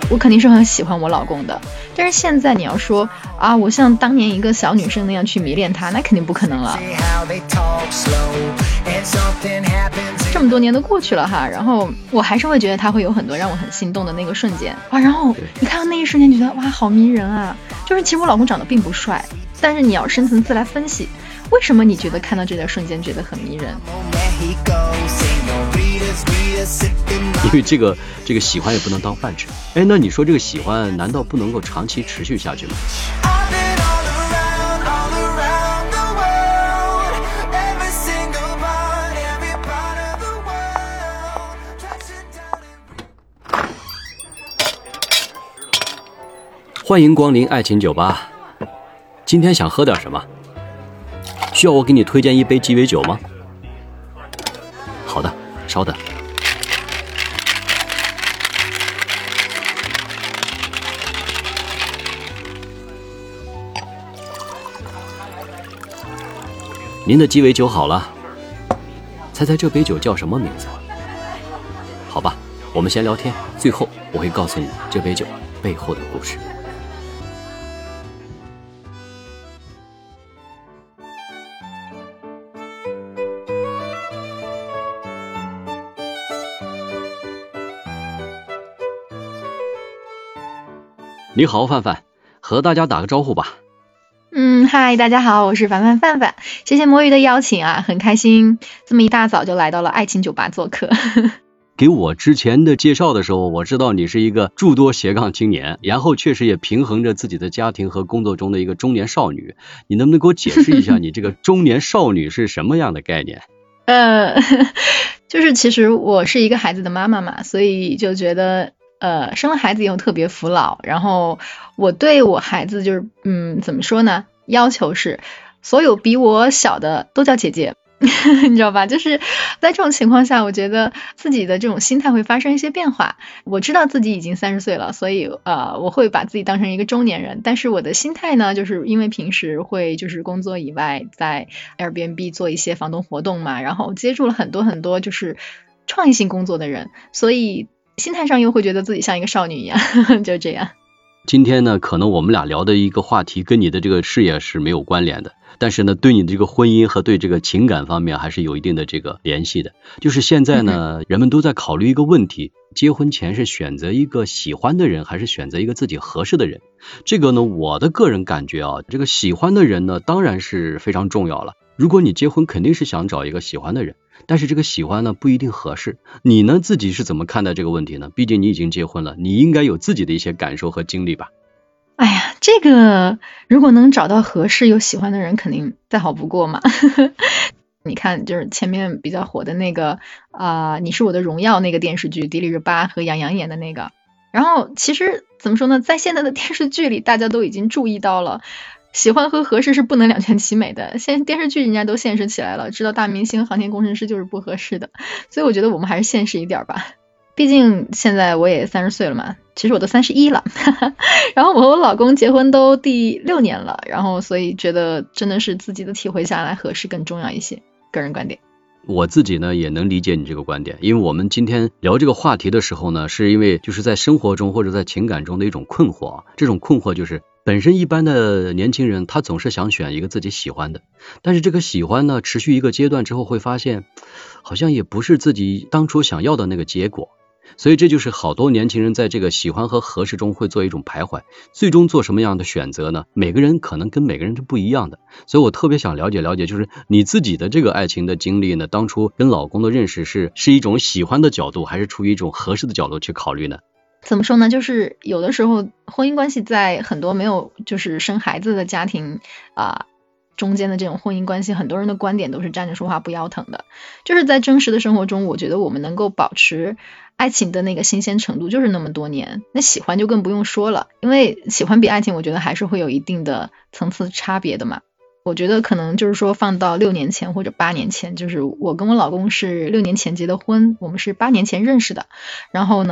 我肯定是很喜欢我老公的。但是现在你要说啊，我像当年一个小女生那样去迷恋他，那肯定不可能了。这么多年都过去了哈，然后我还是会觉得他会有很多让我很心动的那个瞬间哇，然后你看到那一瞬间觉得哇好迷人啊。就是其实我老公长得并不帅，但是你要深层次来分析，为什么你觉得看到这个瞬间觉得很迷人？ 因为这个喜欢也不能当饭吃。哎，那你说这个喜欢难道不能够长期持续下去吗？欢迎光临爱情酒吧，今天想喝点什么？需要我给你推荐一杯鸡尾酒吗？好的，稍等。您的鸡尾酒好了，猜猜这杯酒叫什么名字？好吧，我们先聊天，最后我会告诉你这杯酒背后的故事。你好，范范，和大家打个招呼吧。 嗨，大家好，我是范范，谢谢魔芋的邀请啊，很开心这么一大早就来到了爱情酒吧做客。 给我之前的介绍的时候，我知道你是一个诸多斜杠青年，然后确实也平衡着自己的家庭和工作中的一个中年少女。你能不能给我解释一下你这个中年少女是什么样的概念？ 就是其实我是一个孩子的妈妈嘛，所以就觉得生了孩子以后特别服老，然后我对我孩子就是怎么说呢，要求是所有比我小的都叫姐姐。你知道吧，就是在这种情况下，我觉得自己的这种心态会发生一些变化。我知道自己已经30岁了，所以我会把自己当成一个中年人，但是我的心态呢，就是因为平时会就是工作以外在 Airbnb 做一些房东活动嘛，然后接触了很多就是创意性工作的人，所以心态上又会觉得自己像一个少女一样。就这样。 今天呢，可能我们俩聊的一个话题跟你的这个事业是没有关联的，但是呢，对你的这个婚姻和对这个情感方面还是有一定的这个联系的。就是现在呢，人们都在考虑一个问题，结婚前是选择一个喜欢的人，还是选择一个自己合适的人？这个呢，我的个人感觉啊，这个喜欢的人呢，当然是非常重要了。如果你结婚，肯定是想找一个喜欢的人，但是这个喜欢呢不一定合适。你呢自己是怎么看待这个问题呢？毕竟你已经结婚了，你应该有自己的一些感受和经历吧。 哎呀，这个如果能找到合适又喜欢的人，肯定再好不过嘛。你看，就是前面比较火的那个你是我的荣耀那个电视剧，迪丽热巴和杨洋演的那个。然后其实怎么说呢，在现在的电视剧里，大家都已经注意到了喜欢和合适是不能两全其美的。现在电视剧人家都现实起来了，知道大明星航天工程师就是不合适的，所以我觉得我们还是现实一点吧。毕竟现在我也30岁了嘛，其实我都31了。然后我和我老公结婚都第6年了，然后所以觉得真的是自己的体会下来，合适更重要一些，个人观点。 我自己呢也能理解你这个观点，因为我们今天聊这个话题的时候呢，是因为就是在生活中或者在情感中的一种困惑。这种困惑就是本身一般的年轻人他总是想选一个自己喜欢的，但是这个喜欢呢持续一个阶段之后会发现好像也不是自己当初想要的那个结果。所以这就是好多年轻人在这个喜欢和合适中会做一种徘徊，最终做什么样的选择呢？每个人可能跟每个人是不一样的，所以我特别想了解，就是你自己的这个爱情的经历呢，当初跟老公的认识是一种喜欢的角度，还是出于一种合适的角度去考虑呢？ 怎么说呢，就是有的时候婚姻关系在很多没有就是生孩子的家庭中间的这种婚姻关系，很多人的观点都是站着说话不腰疼的。就是在真实的生活中，我觉得我们能够保持爱情的那个新鲜程度就是那么多年，那喜欢就更不用说了，因为喜欢比爱情我觉得还是会有一定的层次差别的嘛。我觉得可能就是说放到6年前或者8年前，就是我跟我老公是6年前结的婚，我们是8年前认识的，然后呢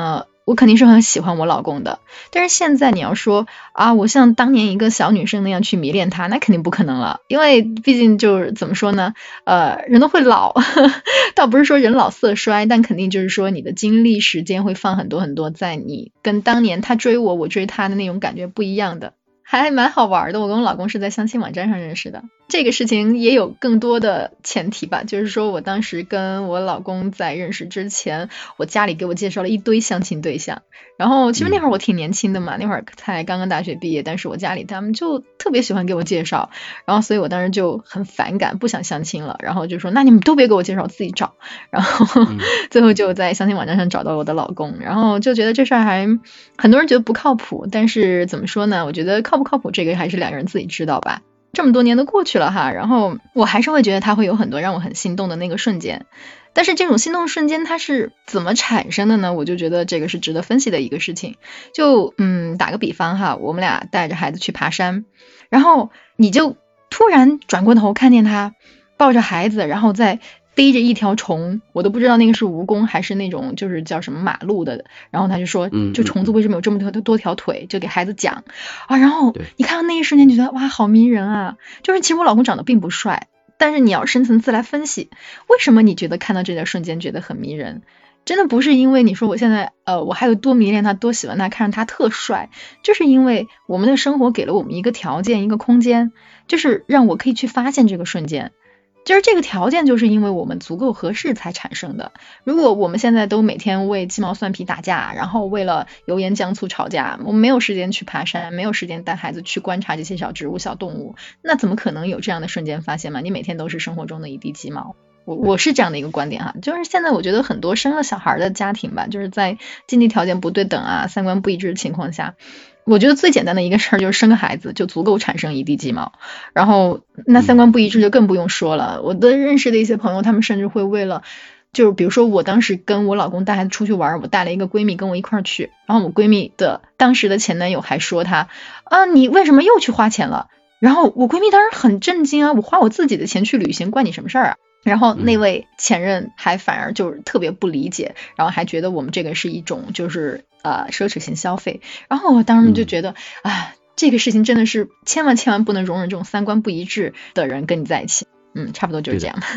我肯定是很喜欢我老公的。但是现在你要说啊，我像当年一个小女生那样去迷恋他，那肯定不可能了，因为毕竟就是怎么说呢，人都会老，倒不是说人老色衰，但肯定就是说你的精力时间会放很多很多在你跟当年他追我，我追他的那种感觉不一样的。还蛮好玩的，我跟我老公是在相亲网站上认识的。这个事情也有更多的前提吧，就是说我当时跟我老公在认识之前，我家里给我介绍了一堆相亲对象，然后其实那会儿我挺年轻的嘛，那会儿才刚刚大学毕业，但是我家里他们就特别喜欢给我介绍，然后所以我当时就很反感，不想相亲了，然后就说那你们都别给我介绍，我自己找，然后最后就在相亲网站上找到了我的老公，然后就觉得这事儿还很多人觉得不靠谱，但是怎么说呢，我觉得靠不靠谱这个还是两个人自己知道吧。这么多年都过去了哈，然后我还是会觉得他会有很多让我很心动的那个瞬间，但是这种心动的瞬间它是怎么产生的呢？我就觉得这个是值得分析的一个事情。就打个比方哈，我们俩带着孩子去爬山，然后你就突然转过头看见他抱着孩子，然后再背着一条虫，我都不知道那个是蜈蚣还是那种就是叫什么马路的，然后他就说这虫子为什么有这么多条腿，就给孩子讲啊，然后你看到那一瞬间觉得哇好迷人啊，就是其实我老公长得并不帅，但是你要深层次来分析，为什么你觉得看到这个瞬间觉得很迷人？真的不是因为你说我现在我还有多迷恋他多喜欢他，看着他特帅，就是因为我们的生活给了我们一个条件一个空间，就是让我可以去发现这个瞬间。就是这个条件就是因为我们足够合适才产生的，如果我们现在都每天为鸡毛蒜皮打架，然后为了油盐酱醋吵架，我们没有时间去爬山，没有时间带孩子去观察这些小植物小动物，那怎么可能有这样的瞬间发现嘛？你每天都是生活中的一地鸡毛。我是这样的一个观点哈，就是现在我觉得很多生了小孩的家庭吧，就是在经济条件不对等啊，三观不一致的情况下，我觉得最简单的一个事儿就是生个孩子就足够产生一地鸡毛，然后那三观不一致就更不用说了。我的认识的一些朋友，他们甚至会为了就是比如说我当时跟我老公带孩子出去玩，我带了一个闺蜜跟我一块儿去，然后我闺蜜的当时的前男友还说她啊你为什么又去花钱了，然后我闺蜜当时很震惊啊，我花我自己的钱去旅行关你什么事儿啊，然后那位前任还反而就是特别不理解，然后还觉得我们这个是一种就是奢侈性消费，然后我当时就觉得这个事情真的是千万不能容忍这种三观不一致的人跟你在一起。差不多就是这样。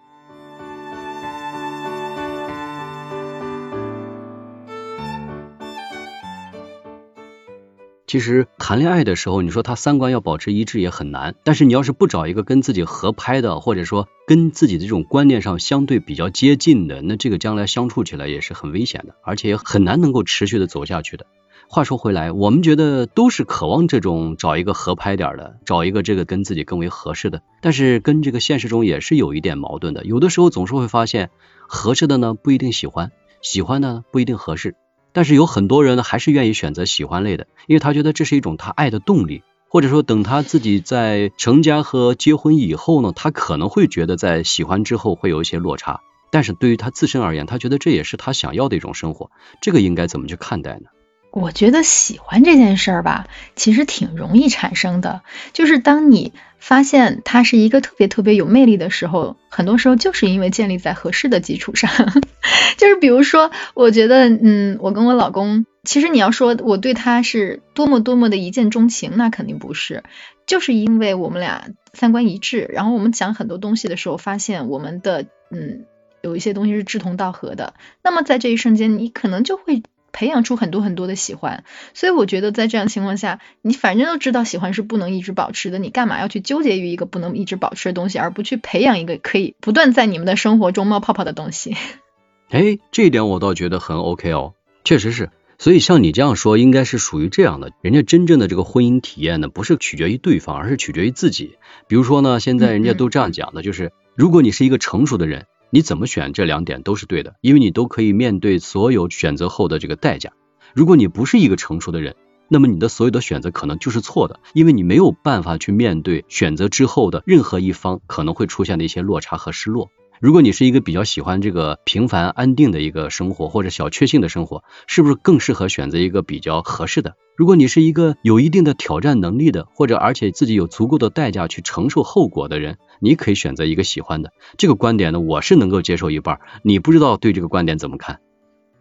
其实谈恋爱的时候，你说他三观要保持一致也很难，但是你要是不找一个跟自己合拍的，或者说跟自己的这种观念上相对比较接近的，那这个将来相处起来也是很危险的，而且也很难能够持续的走下去的。话说回来，我们觉得都是渴望这种找一个合拍点的，找一个这个跟自己更为合适的，但是跟这个现实中也是有一点矛盾的，有的时候总是会发现合适的呢不一定喜欢，喜欢的不一定合适，但是有很多人呢还是愿意选择喜欢类的，因为他觉得这是一种他爱的动力，或者说等他自己在成家和结婚以后呢，他可能会觉得在喜欢之后会有一些落差，但是对于他自身而言，他觉得这也是他想要的一种生活，这个应该怎么去看待呢？ 我觉得喜欢这件事儿吧，其实挺容易产生的，就是当你发现它是一个特别特别有魅力的时候，很多时候就是因为建立在合适的基础上。就是比如说我觉得我跟我老公，其实你要说我对他是多么多么的一见钟情，那肯定不是，就是因为我们俩三观一致，然后我们讲很多东西的时候发现我们的有一些东西是志同道合的，那么在这一瞬间你可能就会培养出很多很多的喜欢，所以我觉得在这样情况下，你反正都知道喜欢是不能一直保持的，你干嘛要去纠结于一个不能一直保持的东西，而不去培养一个可以不断在你们的生活中冒泡泡的东西？ 这一点我倒觉得很 OK 哦，确实是。所以像你这样说应该是属于这样的，人家真正的这个婚姻体验呢，不是取决于对方，而是取决于自己。比如说呢，现在人家都这样讲的，就是如果你是一个成熟的人，你怎么选这两点都是对的，因为你都可以面对所有选择后的这个代价。如果你不是一个成熟的人，那么你的所有的选择可能就是错的，因为你没有办法去面对选择之后的任何一方可能会出现的一些落差和失落。如果你是一个比较喜欢这个平凡安定的一个生活，或者小确幸的生活，是不是更适合选择一个比较合适的？如果你是一个有一定的挑战能力的，或者而且自己有足够的代价去承受后果的人，你可以选择一个喜欢的。这个观点呢，我是能够接受一半，你不知道对这个观点怎么看？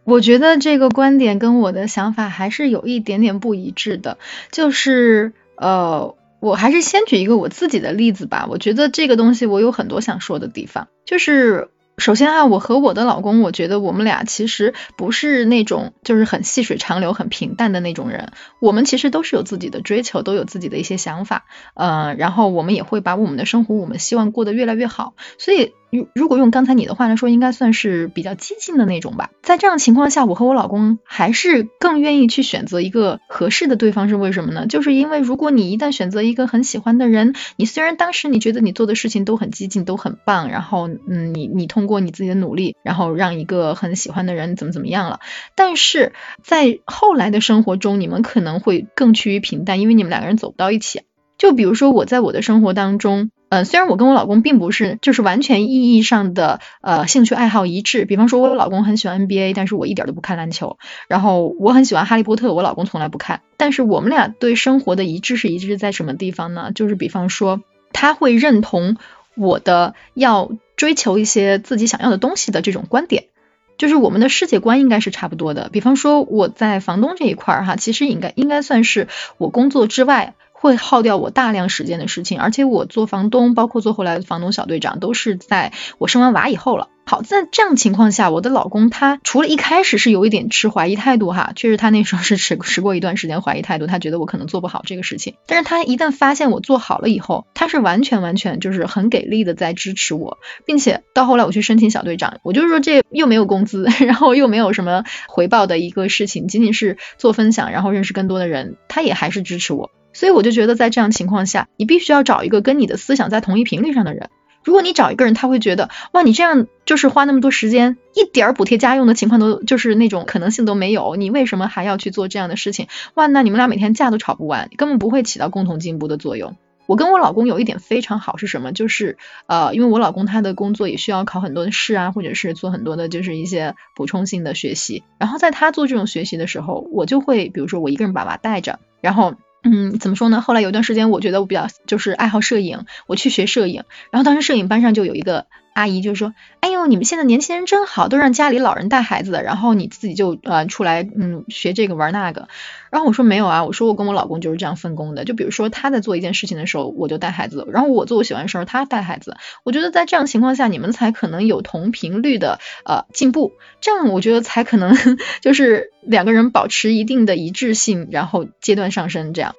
我觉得这个观点跟我的想法还是有一点点不一致的，就是我还是先举一个我自己的例子吧。我觉得这个东西我有很多想说的地方，就是首先啊，我和我的老公，我觉得我们俩其实不是那种就是很细水长流、很平淡的那种人，我们其实都是有自己的追求，都有自己的一些想法，然后我们也会把我们的生活，我们希望过得越来越好，所以如果用刚才你的话来说，应该算是比较激进的那种吧。在这样的情况下，我和我老公还是更愿意去选择一个合适的对方，是为什么呢？就是因为如果你一旦选择一个很喜欢的人，你虽然当时你觉得你做的事情都很激进，都很棒，然后你通过你自己的努力，然后让一个很喜欢的人怎么样了，但是在后来的生活中，你们可能会更趋于平淡，因为你们两个人走不到一起。就比如说我在我的生活当中，虽然我跟我老公并不是就是完全意义上的兴趣爱好一致，比方说我老公很喜欢 NBA， 但是我一点都不看篮球，然后我很喜欢哈利波特，我老公从来不看，但是我们俩对生活的一致是一致在什么地方呢？就是比方说他会认同我的要追求一些自己想要的东西的这种观点，就是我们的世界观应该是差不多的。比方说我在房东这一块哈，其实应该算是我工作之外会耗掉我大量时间的事情，而且我做房东，包括做后来的房东小队长，都是在我生完娃以后了。好，在这样情况下，我的老公他除了一开始是有一点持怀疑态度哈，确实他那时候是持过一段时间怀疑态度，他觉得我可能做不好这个事情，但是他一旦发现我做好了以后，他是完全就是很给力的在支持我，并且到后来我去申请小队长，我就是说这又没有工资，然后又没有什么回报的一个事情，仅仅是做分享，然后认识更多的人，他也还是支持我。所以我就觉得在这样情况下，你必须要找一个跟你的思想在同一频率上的人。如果你找一个人，他会觉得哇，你这样就是花那么多时间，一点补贴家用的情况都就是那种可能性都没有，你为什么还要去做这样的事情？哇，那你们俩每天架都吵不完，根本不会起到共同进步的作用。我跟我老公有一点非常好是什么？就是因为我老公他的工作也需要考很多的试啊，或者是做很多的就是一些补充性的学习，然后在他做这种学习的时候，我就会比如说我一个人把娃带着，然后怎么说呢？后来有段时间，我觉得我比较就是爱好摄影，我去学摄影，然后当时摄影班上就有一个阿姨就说，哎呦，你们现在年轻人真好，都让家里老人带孩子的，然后你自己就出来学这个玩那个。然后我说没有啊，我说我跟我老公就是这样分工的，就比如说他在做一件事情的时候，我就带孩子，然后我做我喜欢的时候，他带孩子。我觉得在这样情况下，你们才可能有同频率的进步，这样我觉得才可能就是两个人保持一定的一致性，然后阶段上升这样。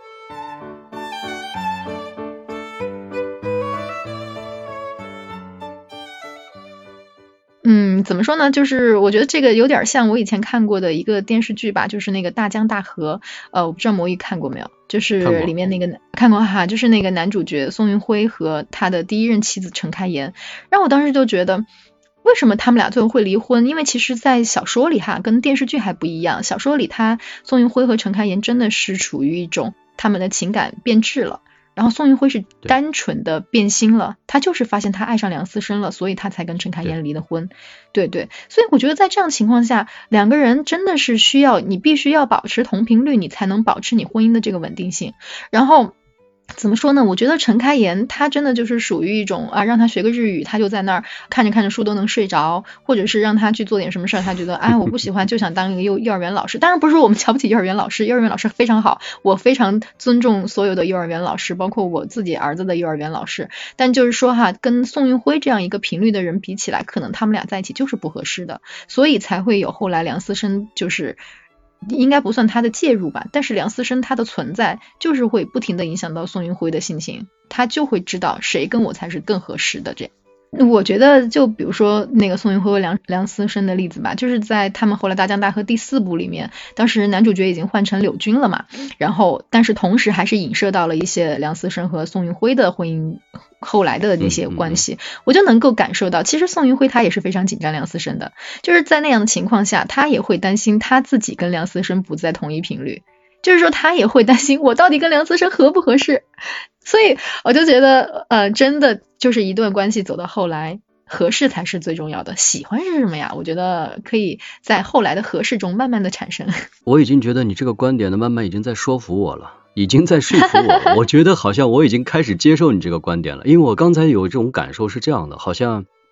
怎么说呢？就是我觉得这个有点像我以前看过的一个电视剧吧，就是那个大江大河。我不知道魔芋看过没有？就是里面那个看过哈，就是那个男主角宋运辉和他的第一任妻子陈开颜。然后我当时就觉得，为什么他们俩最后会离婚？因为其实在小说里哈，跟电视剧还不一样。小说里宋运辉和陈开颜真的是处于一种他们的情感变质了。然后宋运辉是单纯的变心了，他就是发现他爱上梁思申了，所以他才跟陈开颜离的婚。对，所以我觉得在这样情况下，两个人真的是需要你必须要保持同频率，你才能保持你婚姻的这个稳定性。然后怎么说呢？我觉得陈开颜他真的就是属于一种让他学个日语，他就在那儿看着书都能睡着，或者是让他去做点什么事儿，他觉得我不喜欢，就想当一个幼儿园老师。当然不是说我们瞧不起幼儿园老师，幼儿园老师非常好，我非常尊重所有的幼儿园老师，包括我自己儿子的幼儿园老师。但就是说哈，跟宋运辉这样一个频率的人比起来，可能他们俩在一起就是不合适的，所以才会有后来梁思申就是应该不算他的介入吧，但是梁思申他的存在就是会不停的影响到宋运辉的心情，他就会知道谁跟我才是更合适的这样。我觉得就比如说那个宋运辉和梁思申的例子吧，就是在他们后来大江大河第4部里面，当时男主角已经换成柳军了嘛，然后但是同时还是影射到了一些梁思申和宋运辉的婚姻后来的那些关系，我就能够感受到其实宋运辉他也是非常紧张梁思申的，就是在那样的情况下他也会担心他自己跟梁思申不在同一频率，就是说他也会担心我到底跟梁思申合不合适。所以我就觉得真的就是一段关系走到后来，合适才是最重要的，喜欢是什么呀？我觉得可以在后来的合适中慢慢的产生。 我已经觉得你这个观点呢，慢慢已经在说服我了，已经在说服我了。我觉得好像我已经开始接受你这个观点了，因为我刚才有这种感受是这样的，好像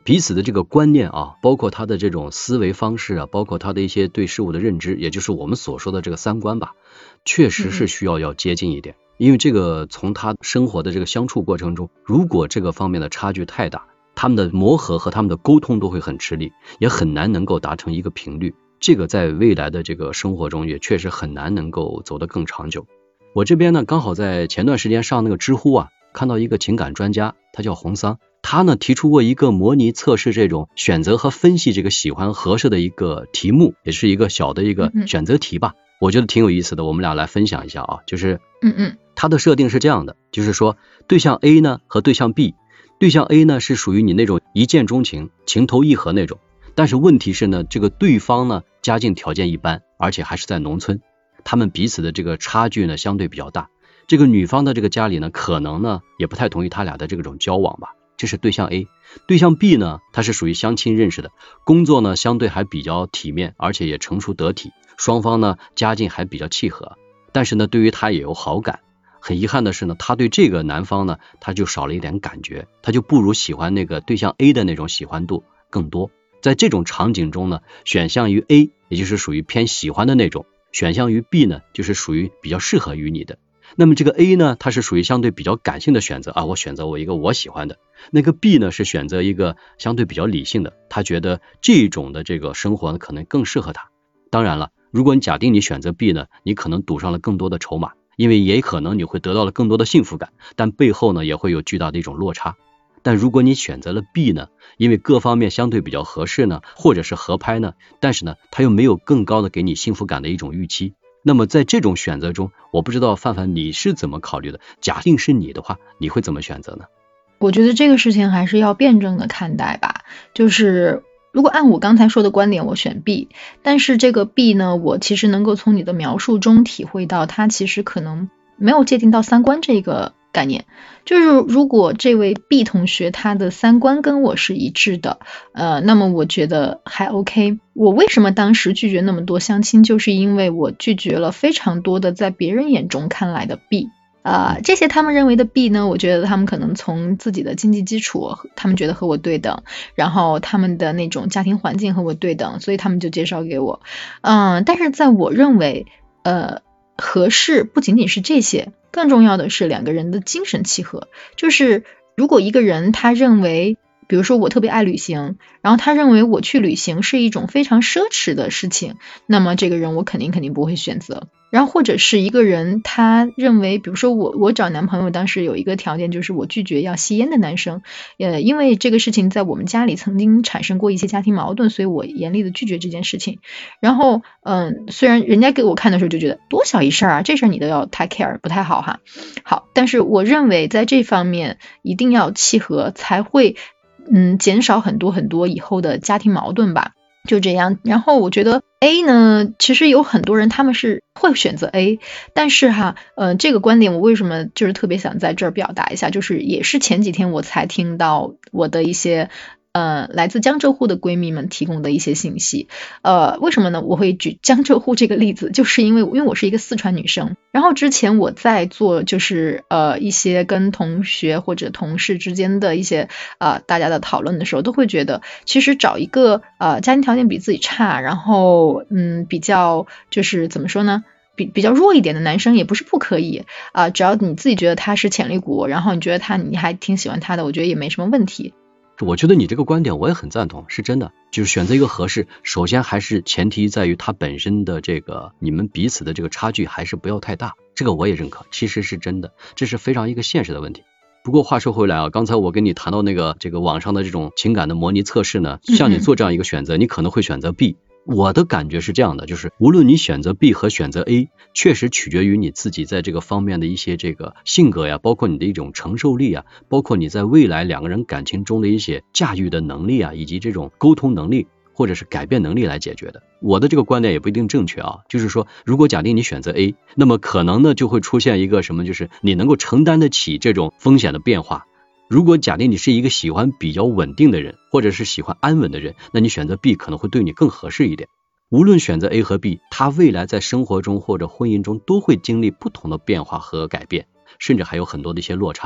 彼此的这个观念啊，包括他的这种思维方式啊，包括他的一些对事物的认知，也就是我们所说的这个三观吧，确实是需要接近一点。因为这个从他生活的这个相处过程中，如果这个方面的差距太大，他们的磨合和他们的沟通都会很吃力，也很难能够达成一个频率，这个在未来的这个生活中也确实很难能够走得更长久。我这边呢，刚好在前段时间上那个知乎啊，看到一个情感专家，他叫洪桑，他呢提出过一个模拟测试这种选择和分析这个喜欢合适的一个题目，也是一个小的一个选择题吧，我觉得挺有意思的，我们俩来分享一下啊。就是它的设定是这样的，就是说对象 A 呢和对象 B， 对象 A 呢是属于你那种一见钟情情投意合那种，但是问题是呢，这个对方呢家境条件一般，而且还是在农村，他们彼此的这个差距呢相对比较大，这个女方的这个家里呢可能呢也不太同意他俩的这种交往吧，这是对象 A。 对象 B 呢，他是属于相亲认识的，工作呢相对还比较体面，而且也成熟得体，双方呢家境还比较契合，但是呢对于他也有好感。很遗憾的是呢，他对这个男方呢他就少了一点感觉，他就不如喜欢那个对象 A 的那种喜欢度更多。在这种场景中呢，选项于 A 也就是属于偏喜欢的那种，选项于 B 呢就是属于比较适合于你的。那么这个 A 呢，它是属于相对比较感性的选择啊，我选择我一个我喜欢的。那个 B 呢是选择一个相对比较理性的，他觉得这种的这个生活呢可能更适合他。当然了，如果你假定你选择 B 呢，你可能赌上了更多的筹码，因为也可能你会得到了更多的幸福感，但背后呢也会有巨大的一种落差。但如果你选择了 B 呢，因为各方面相对比较合适呢，或者是合拍呢，但是呢它又没有更高的给你幸福感的一种预期。那么在这种选择中，我不知道范范你是怎么考虑的，假定是你的话，你会怎么选择呢？ 我觉得这个事情还是要辩证的看待吧，就是如果按我刚才说的观点，我选 B， 但是这个 B 呢，我其实能够从你的描述中体会到，它其实可能没有界定到三观这个概念。就是如果这位 B 同学他的三观跟我是一致的，那么我觉得还 OK。我为什么当时拒绝那么多相亲，就是因为我拒绝了非常多的在别人眼中看来的 B。这些他们认为的 B 呢，我觉得他们可能从自己的经济基础，他们觉得和我对等，然后他们的那种家庭环境和我对等，所以他们就介绍给我。但是在我认为，合适不仅仅是这些，更重要的是两个人的精神契合。就是如果一个人他认为，比如说我特别爱旅行，然后他认为我去旅行是一种非常奢侈的事情，那么这个人我肯定不会选择。然后或者是一个人他认为，比如说我找男朋友当时有一个条件，就是我拒绝要吸烟的男生，因为这个事情在我们家里曾经产生过一些家庭矛盾，所以我严厉的拒绝这件事情。然后虽然人家给我看的时候就觉得多小一事啊，这事你都要太 care 不太好哈。好，但是我认为在这方面一定要契合，才会减少很多以后的家庭矛盾吧。就这样。然后我觉得 A 呢，其实有很多人他们是会选择 A， 但是这个观点我为什么就是特别想在这儿表达一下，就是也是前几天我才听到我的一些来自江浙沪的闺蜜们提供的一些信息。为什么呢？我会举江浙沪这个例子，就是因为我是一个四川女生，然后之前我在做就是一些跟同学或者同事之间的一些大家的讨论的时候，都会觉得其实找一个家庭条件比自己差，然后比较就是怎么说呢，比较弱一点的男生也不是不可以只要你自己觉得他是潜力股，然后你觉得你还挺喜欢他的，我觉得也没什么问题。 我觉得你这个观点我也很赞同，是真的，就是选择一个合适，首先还是前提在于他本身的这个你们彼此的这个差距还是不要太大，这个我也认可，其实是真的，这是非常一个现实的问题。不过话说回来刚才我跟你谈到这个网上的这种情感的模拟测试呢，像你做这样一个选择，你可能会选择 B。我的感觉是这样的，就是无论你选择 B 和选择 A， 确实取决于你自己在这个方面的一些这个性格呀，包括你的一种承受力啊，包括你在未来两个人感情中的一些驾驭的能力啊，以及这种沟通能力或者是改变能力来解决的。我的这个观点也不一定正确就是说如果假定你选择 A， 那么可能呢就会出现一个什么，就是你能够承担得起这种风险的变化。如果假定你是一个喜欢比较稳定的人，或者是喜欢安稳的人，那你选择 B 可能会对你更合适一点。无论选择 A 和 B， 他未来在生活中或者婚姻中都会经历不同的变化和改变，甚至还有很多的一些落差。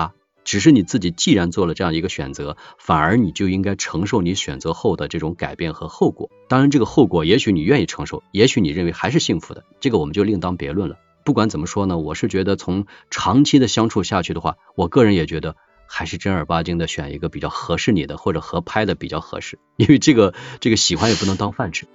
只是你自己既然做了这样一个选择，反而你就应该承受你选择后的这种改变和后果。当然这个后果也许你愿意承受，也许你认为还是幸福的，这个我们就另当别论了。不管怎么说呢，我是觉得从长期的相处下去的话，我个人也觉得还是正儿八经的选一个比较合适你的，或者合拍的比较合适，因为这个喜欢也不能当饭吃。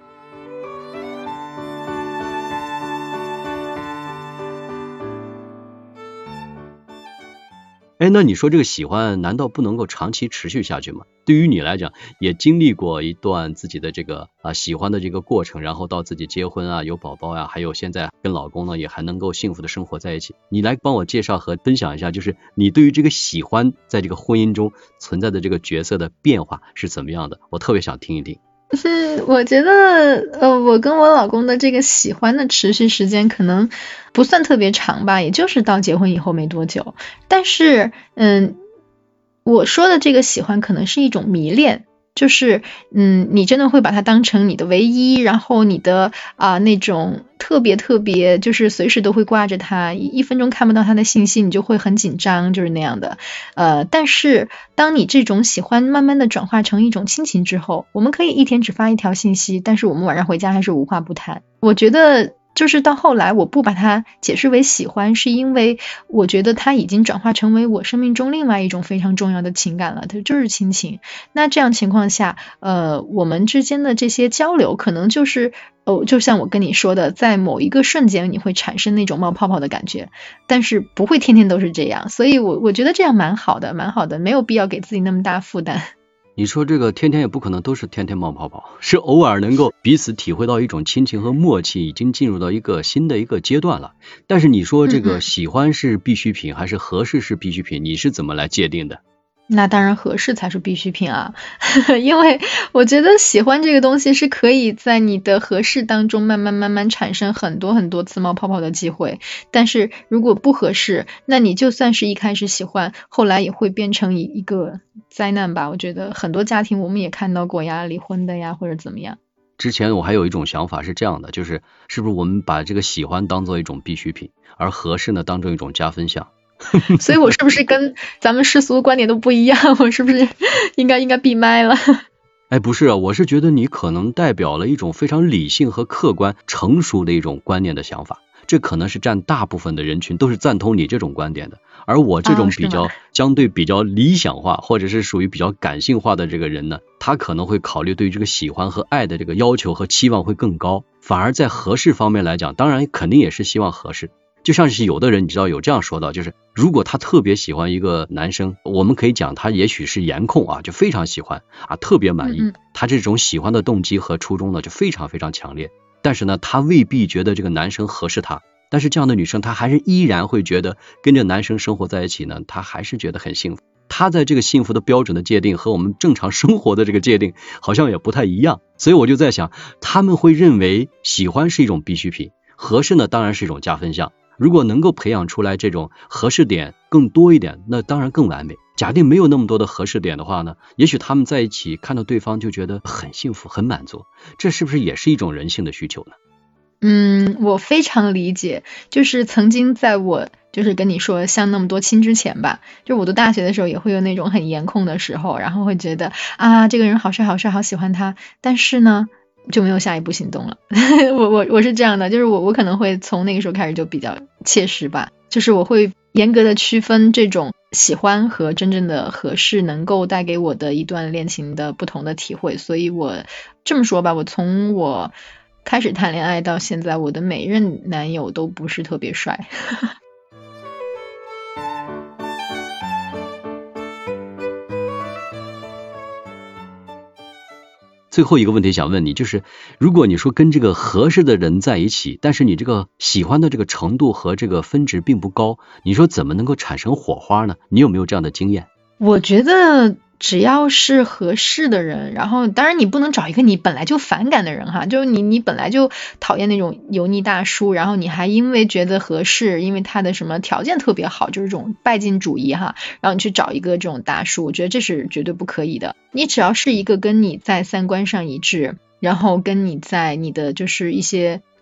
那你说这个喜欢难道不能够长期持续下去吗？对于你来讲，也经历过一段自己的这个喜欢的这个过程，然后到自己结婚啊，有宝宝呀，还有现在跟老公呢也还能够幸福的生活在一起。你来帮我介绍和分享一下，就是你对于这个喜欢在这个婚姻中存在的这个角色的变化是怎么样的？我特别想听一听。 我觉得我跟我老公的这个喜欢的持续时间可能不算特别长吧，也就是到结婚以后没多久。但是我说的这个喜欢可能是一种迷恋，就是你真的会把它当成你的唯一，然后你的那种特别就是随时都会挂着它，一分钟看不到他的信息你就会很紧张，就是那样的。但是当你这种喜欢慢慢的转化成一种亲情之后，我们可以一天只发一条信息，但是我们晚上回家还是无话不谈。我觉得就是到后来我不把它解释为喜欢，是因为我觉得它已经转化成为我生命中另外一种非常重要的情感了，它就是亲情。那这样情况下我们之间的这些交流可能就是就像我跟你说的，在某一个瞬间你会产生那种冒泡泡的感觉，但是不会天天都是这样，所以我觉得这样蛮好的，没有必要给自己那么大负担。 你说这个天天也不可能都是天天冒泡泡，是偶尔能够彼此体会到一种亲情和默契，已经进入到一个新的一个阶段了。但是你说这个喜欢是必需品还是合适是必需品，你是怎么来界定的？ 那当然合适才是必需品啊因为我觉得喜欢这个东西是可以在你的合适当中慢慢产生很多次冒泡泡的机会，但是如果不合适，那你就算是一开始喜欢，后来也会变成一个灾难吧。我觉得很多家庭我们也看到过呀，离婚的呀或者怎么样。 之前我还有一种想法是这样的，就是是不是我们把这个喜欢当做一种必需品，而合适呢当做一种加分项所以我是不是跟咱们世俗的观点都不一样？我是不是应该闭麦了？ 不是啊，我是觉得你可能代表了一种非常理性和客观成熟的一种观念的想法，这可能是占大部分的人群都是赞同你这种观点的，而我这种相对比较理想化或者是属于比较感性化的这个人呢，他可能会考虑对于这个喜欢和爱的这个要求和期望会更高，反而在合适方面来讲，当然肯定也是希望合适。就像是有的人你知道有这样说到，就是如果他特别喜欢一个男生，我们可以讲他也许是颜控就非常喜欢特别满意，他这种喜欢的动机和初衷呢就非常强烈，但是呢他未必觉得这个男生合适他，但是这样的女生她还是依然会觉得跟着男生生活在一起呢，她还是觉得很幸福。她在这个幸福的标准的界定和我们正常生活的这个界定好像也不太一样，所以我就在想，他们会认为喜欢是一种必需品，合适呢当然是一种加分项。如果能够培养出来这种合适点更多一点，那当然更完美。假定没有那么多的合适点的话呢，也许他们在一起看到对方就觉得很幸福很满足，这是不是也是一种人性的需求呢？ 我非常理解，就是曾经在我就是跟你说像那么多亲之前吧，就我读大学的时候也会有那种很颜控的时候，然后会觉得这个人好帅好喜欢他，但是呢就没有下一步行动了我是这样的，就是我可能会从那个时候开始就比较切实吧，就是我会严格的区分这种喜欢和真正的合适能够带给我的一段恋情的不同的体会。所以我这么说吧，我从我开始谈恋爱到现在，我的每任男友都不是特别帅最后一个问题想问你，就是如果你说跟这个合适的人在一起，但是你这个喜欢的这个程度和这个分值并不高，你说怎么能够产生火花呢？你有没有这样的经验？ 我觉得只要是合适的人，然后当然你不能找一个你本来就反感的人哈，就是你本来就讨厌那种油腻大叔，然后你还因为觉得合适，因为他的什么条件特别好，就是这种拜金主义哈，然后你去找一个这种大叔，我觉得这是绝对不可以的。你只要是一个跟你在三观上一致，然后跟你在你的就是一些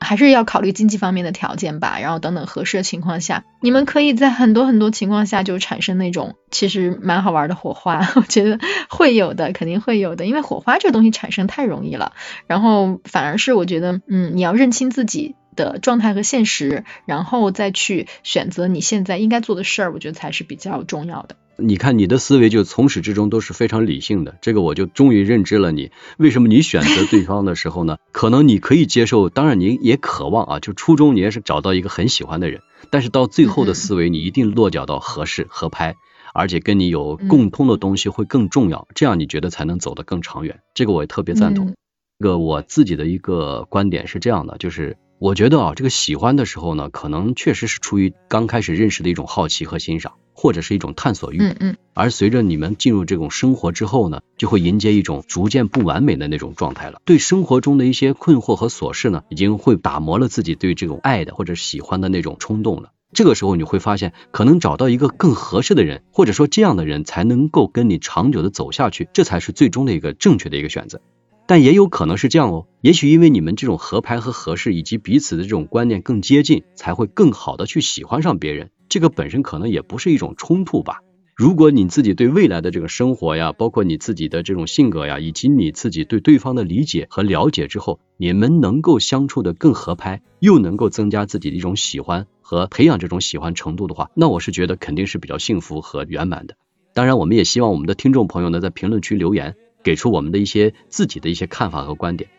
还是要考虑经济方面的条件吧，然后等等合适的情况下，你们可以在很多情况下就产生那种其实蛮好玩的火花，我觉得会有的，肯定会有的，因为火花这个东西产生太容易了，然后反而是我觉得你要认清自己的状态和现实，然后再去选择你现在应该做的事儿，我觉得才是比较重要的。 你看你的思维就从始至终都是非常理性的，这个我就终于认知了你为什么你选择对方的时候呢，可能你可以接受，当然你也渴望啊，就初衷你也是找到一个很喜欢的人，但是到最后的思维你一定落脚到合适合拍，而且跟你有共通的东西会更重要，这样你觉得才能走得更长远，这个我也特别赞同。这个我自己的一个观点是这样的，就是我觉得这个喜欢的时候呢，可能确实是出于刚开始认识的一种好奇和欣赏，或者是一种探索欲，而随着你们进入这种生活之后呢，就会迎接一种逐渐不完美的那种状态了。对生活中的一些困惑和琐事呢，已经会打磨了自己对这种爱的或者喜欢的那种冲动了。这个时候你会发现，可能找到一个更合适的人，或者说这样的人才能够跟你长久的走下去，这才是最终的一个正确的一个选择。但也有可能是这样也许因为你们这种合拍和合适以及彼此的这种观念更接近，才会更好的去喜欢上别人，这个本身可能也不是一种冲突吧。如果你自己对未来的这个生活呀，包括你自己的这种性格呀，以及你自己对对方的理解和了解之后，你们能够相处的更合拍，又能够增加自己的一种喜欢和培养这种喜欢程度的话，那我是觉得肯定是比较幸福和圆满的。当然我们也希望我们的听众朋友呢，在评论区留言，给出我们的一些自己的一些看法和观点。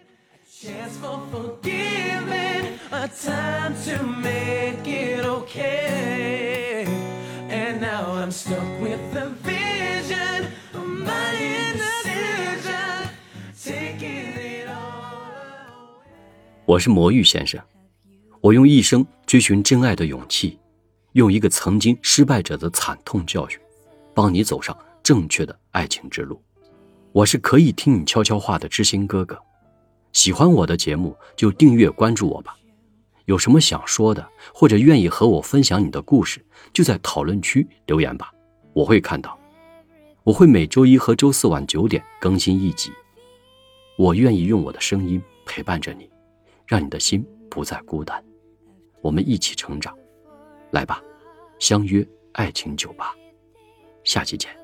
我是魔芋先生，我用一生追寻真爱的勇气，用一个曾经失败者的惨痛教训，帮你走上正确的爱情之路。我是可以听你悄悄话的知心哥哥，喜欢我的节目就订阅关注我吧。有什么想说的，或者愿意和我分享你的故事，就在讨论区留言吧，我会看到。我会每周一和周四晚9点更新一集。我愿意用我的声音陪伴着你，让你的心不再孤单。我们一起成长，来吧，相约爱情酒吧，下期见。